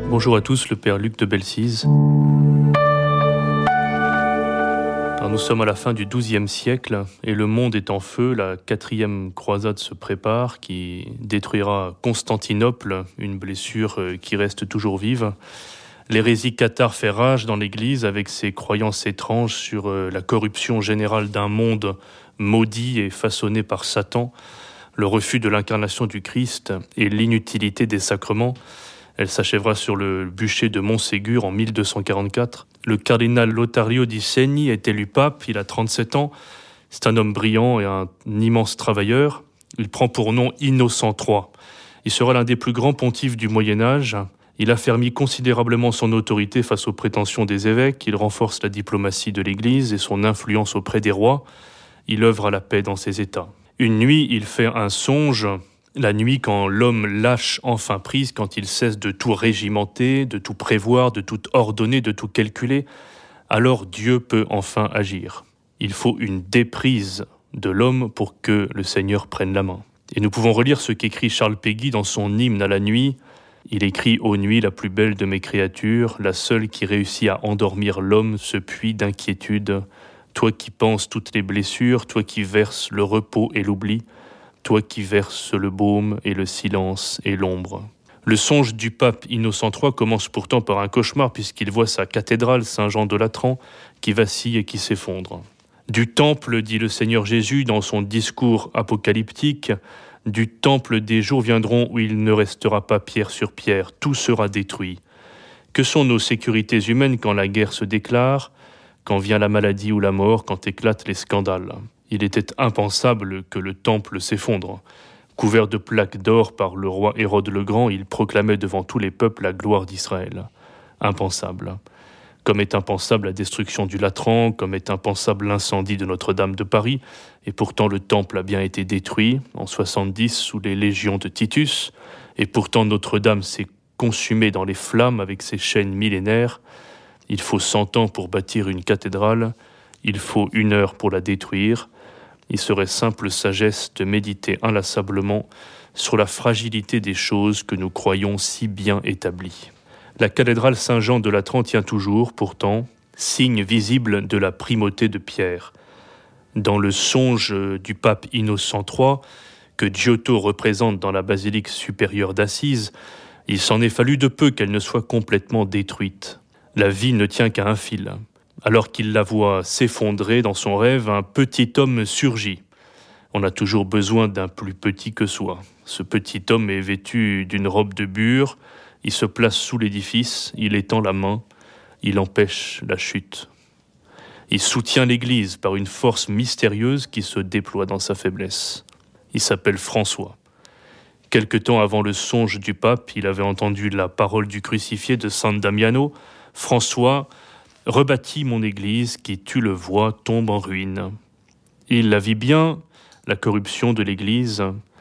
Bonjour à tous, le Père Luc de Bellecize. Alors nous sommes à la fin du XIIe siècle et le monde est en feu. La 4e croisade se prépare qui détruira Constantinople, une blessure qui reste toujours vive. L'hérésie cathare fait rage dans l'Église avec ses croyances étranges sur la corruption générale d'un monde maudit et façonné par Satan, le refus de l'incarnation du Christ et l'inutilité des sacrements. Elle s'achèvera sur le bûcher de Montségur en 1244. Le cardinal Lotario di Segni est élu pape, il a 37 ans. C'est un homme brillant et un immense travailleur. Il prend pour nom Innocent III. Il sera l'un des plus grands pontifes du Moyen-Âge. Il affermit considérablement son autorité face aux prétentions des évêques. Il renforce la diplomatie de l'Église et son influence auprès des rois. Il œuvre à la paix dans ses États. Une nuit, il fait un songe. La nuit, quand l'homme lâche enfin prise, quand il cesse de tout régimenter, de tout prévoir, de tout ordonner, de tout calculer, alors Dieu peut enfin agir. Il faut une déprise de l'homme pour que le Seigneur prenne la main. Et nous pouvons relire ce qu'écrit Charles Péguy dans son hymne à la nuit. Il écrit « Ô nuit, la plus belle de mes créatures, la seule qui réussit à endormir l'homme, ce puits d'inquiétude. Toi qui penses toutes les blessures, toi qui verses le repos et l'oubli, toi qui verses le baume et le silence et l'ombre. » Le songe du pape Innocent III commence pourtant par un cauchemar puisqu'il voit sa cathédrale Saint-Jean de Latran qui vacille et qui s'effondre. Du temple, dit le Seigneur Jésus dans son discours apocalyptique, du temple des jours viendront où il ne restera pas pierre sur pierre, tout sera détruit. Que sont nos sécurités humaines quand la guerre se déclare, quand vient la maladie ou la mort, quand éclatent les scandales ? Il était impensable que le temple s'effondre. Couvert de plaques d'or par le roi Hérode le Grand, il proclamait devant tous les peuples la gloire d'Israël. Impensable. Comme est impensable la destruction du Latran, comme est impensable l'incendie de Notre-Dame de Paris, et pourtant le temple a bien été détruit en 70 sous les légions de Titus, et pourtant Notre-Dame s'est consumée dans les flammes avec ses chaînes millénaires. Il faut 100 ans pour bâtir une cathédrale, il faut 1 heure pour la détruire. Il serait simple sagesse de méditer inlassablement sur la fragilité des choses que nous croyons si bien établies. La cathédrale Saint-Jean de Latran tient toujours, pourtant, signe visible de la primauté de Pierre. Dans le songe du pape Innocent III, que Giotto représente dans la basilique supérieure d'Assise, il s'en est fallu de peu qu'elle ne soit complètement détruite. La vie ne tient qu'à un fil. Alors qu'il la voit s'effondrer dans son rêve, un petit homme surgit. On a toujours besoin d'un plus petit que soi. Ce petit homme est vêtu d'une robe de bure, il se place sous l'édifice, il étend la main, il empêche la chute. Il soutient l'Église par une force mystérieuse qui se déploie dans sa faiblesse. Il s'appelle François. Quelque temps avant le songe du pape, il avait entendu la parole du crucifié de San Damiano. François rebâtit mon Église qui, tu le vois, tombe en ruine. Il la vit bien, la corruption de l'Église,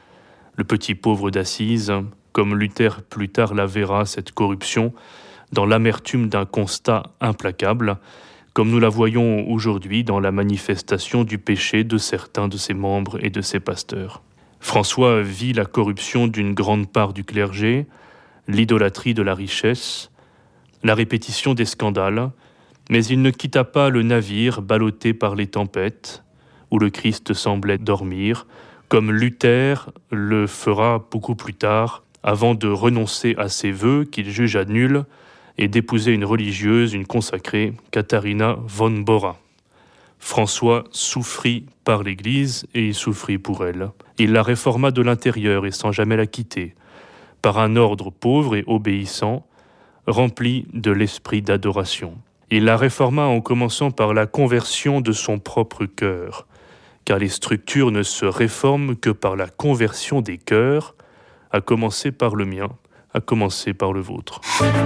le petit pauvre d'Assise, comme Luther plus tard la verra, cette corruption, dans l'amertume d'un constat implacable, comme nous la voyons aujourd'hui dans la manifestation du péché de certains de ses membres et de ses pasteurs. François vit la corruption d'une grande part du clergé, l'idolâtrie de la richesse, la répétition des scandales, mais il ne quitta pas le navire ballotté par les tempêtes, où le Christ semblait dormir, comme Luther le fera beaucoup plus tard, avant de renoncer à ses vœux qu'il jugea nuls et d'épouser une religieuse, une consacrée, Katharina von Bora. François souffrit par l'Église et il souffrit pour elle. Il la réforma de l'intérieur et sans jamais la quitter, par un ordre pauvre et obéissant, rempli de l'esprit d'adoration. Il la réforma en commençant par la conversion de son propre cœur, car les structures ne se réforment que par la conversion des cœurs, à commencer par le mien, à commencer par le vôtre.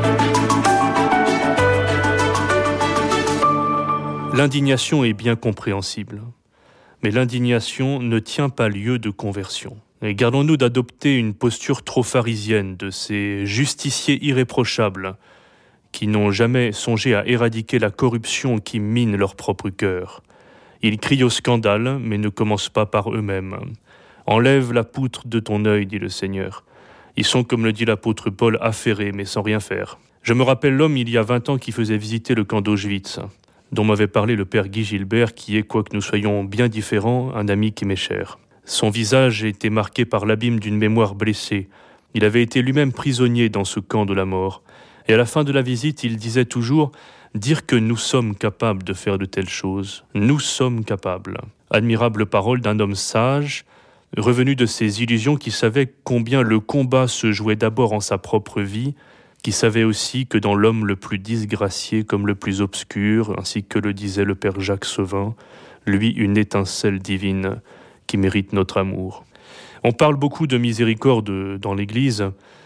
L'indignation est bien compréhensible, mais l'indignation ne tient pas lieu de conversion. Et gardons-nous d'adopter une posture trop pharisienne de ces justiciers irréprochables qui n'ont jamais songé à éradiquer la corruption qui mine leur propre cœur. Ils crient au scandale, mais ne commencent pas par eux-mêmes. « Enlève la poutre de ton œil, dit le Seigneur. » Ils sont, comme le dit l'apôtre Paul, affairés, mais sans rien faire. Je me rappelle l'homme il y a 20 ans qui faisait visiter le camp d'Auschwitz, dont m'avait parlé le père Guy Gilbert, qui est, quoique nous soyons bien différents, un ami qui m'est cher. Son visage était marqué par l'abîme d'une mémoire blessée. Il avait été lui-même prisonnier dans ce camp de la mort. Et à la fin de la visite, il disait toujours « Dire que nous sommes capables de faire de telles choses, nous sommes capables ». Admirable parole d'un homme sage, revenu de ses illusions, qui savait combien le combat se jouait d'abord en sa propre vie, qui savait aussi que dans l'homme le plus disgracié comme le plus obscur, ainsi que le disait le père Jacques Sauvin, lui une étincelle divine qui mérite notre amour. On parle beaucoup de miséricorde dans l'Église,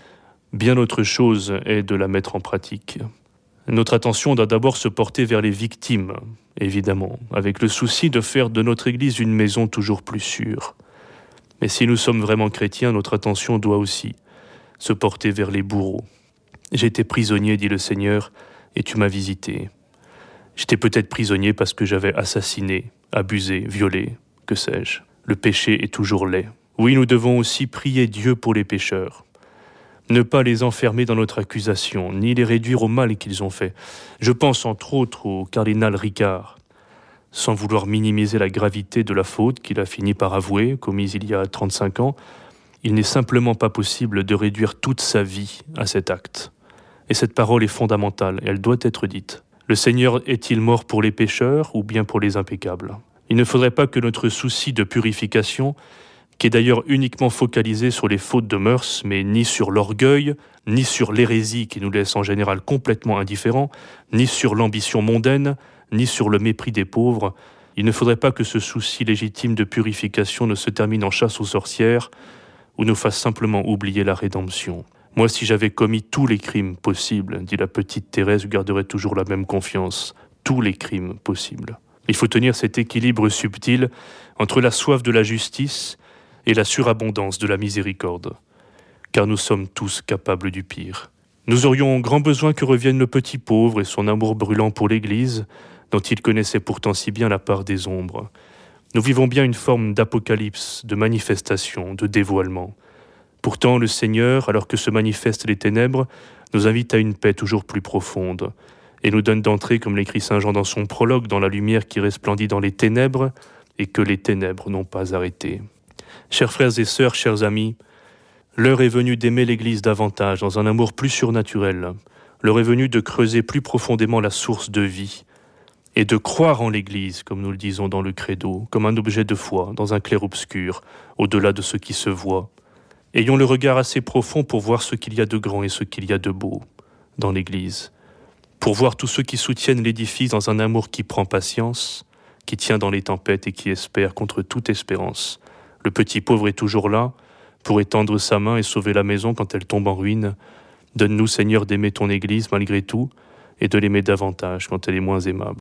bien autre chose est de la mettre en pratique. Notre attention doit d'abord se porter vers les victimes, évidemment, avec le souci de faire de notre Église une maison toujours plus sûre. Mais si nous sommes vraiment chrétiens, notre attention doit aussi se porter vers les bourreaux. J'étais prisonnier, dit le Seigneur, et tu m'as visité. J'étais peut-être prisonnier parce que j'avais assassiné, abusé, violé, que sais-je. Le péché est toujours laid. Oui, nous devons aussi prier Dieu pour les pécheurs. Ne pas les enfermer dans notre accusation, ni les réduire au mal qu'ils ont fait. Je pense entre autres au cardinal Ricard, sans vouloir minimiser la gravité de la faute qu'il a fini par avouer, commise il y a 35 ans. Il n'est simplement pas possible de réduire toute sa vie à cet acte. Et cette parole est fondamentale, elle doit être dite. Le Seigneur est-il mort pour les pécheurs ou bien pour les impeccables ? Il ne faudrait pas que notre souci de purification, qui est d'ailleurs uniquement focalisé sur les fautes de mœurs, mais ni sur l'orgueil, ni sur l'hérésie qui nous laisse en général complètement indifférents, ni sur l'ambition mondaine, ni sur le mépris des pauvres, il ne faudrait pas que ce souci légitime de purification ne se termine en chasse aux sorcières ou nous fasse simplement oublier la rédemption. Moi, si j'avais commis tous les crimes possibles, dit la petite Thérèse, je garderais toujours la même confiance. Tous les crimes possibles. Il faut tenir cet équilibre subtil entre la soif de la justice et la surabondance de la miséricorde, car nous sommes tous capables du pire. Nous aurions grand besoin que revienne le petit pauvre et son amour brûlant pour l'Église, dont il connaissait pourtant si bien la part des ombres. Nous vivons bien une forme d'apocalypse, de manifestation, de dévoilement. Pourtant, le Seigneur, alors que se manifestent les ténèbres, nous invite à une paix toujours plus profonde, et nous donne d'entrer, comme l'écrit saint Jean dans son prologue, dans la lumière qui resplendit dans les ténèbres, et que les ténèbres n'ont pas arrêté. Chers frères et sœurs, chers amis, l'heure est venue d'aimer l'Église davantage, dans un amour plus surnaturel. L'heure est venue de creuser plus profondément la source de vie, et de croire en l'Église, comme nous le disons dans le credo, comme un objet de foi, dans un clair-obscur, au-delà de ce qui se voit. Ayons le regard assez profond pour voir ce qu'il y a de grand et ce qu'il y a de beau dans l'Église, pour voir tous ceux qui soutiennent l'édifice dans un amour qui prend patience, qui tient dans les tempêtes et qui espère contre toute espérance. Le petit pauvre est toujours là pour étendre sa main et sauver la maison quand elle tombe en ruine. Donne-nous, Seigneur, d'aimer ton Église malgré tout et de l'aimer davantage quand elle est moins aimable.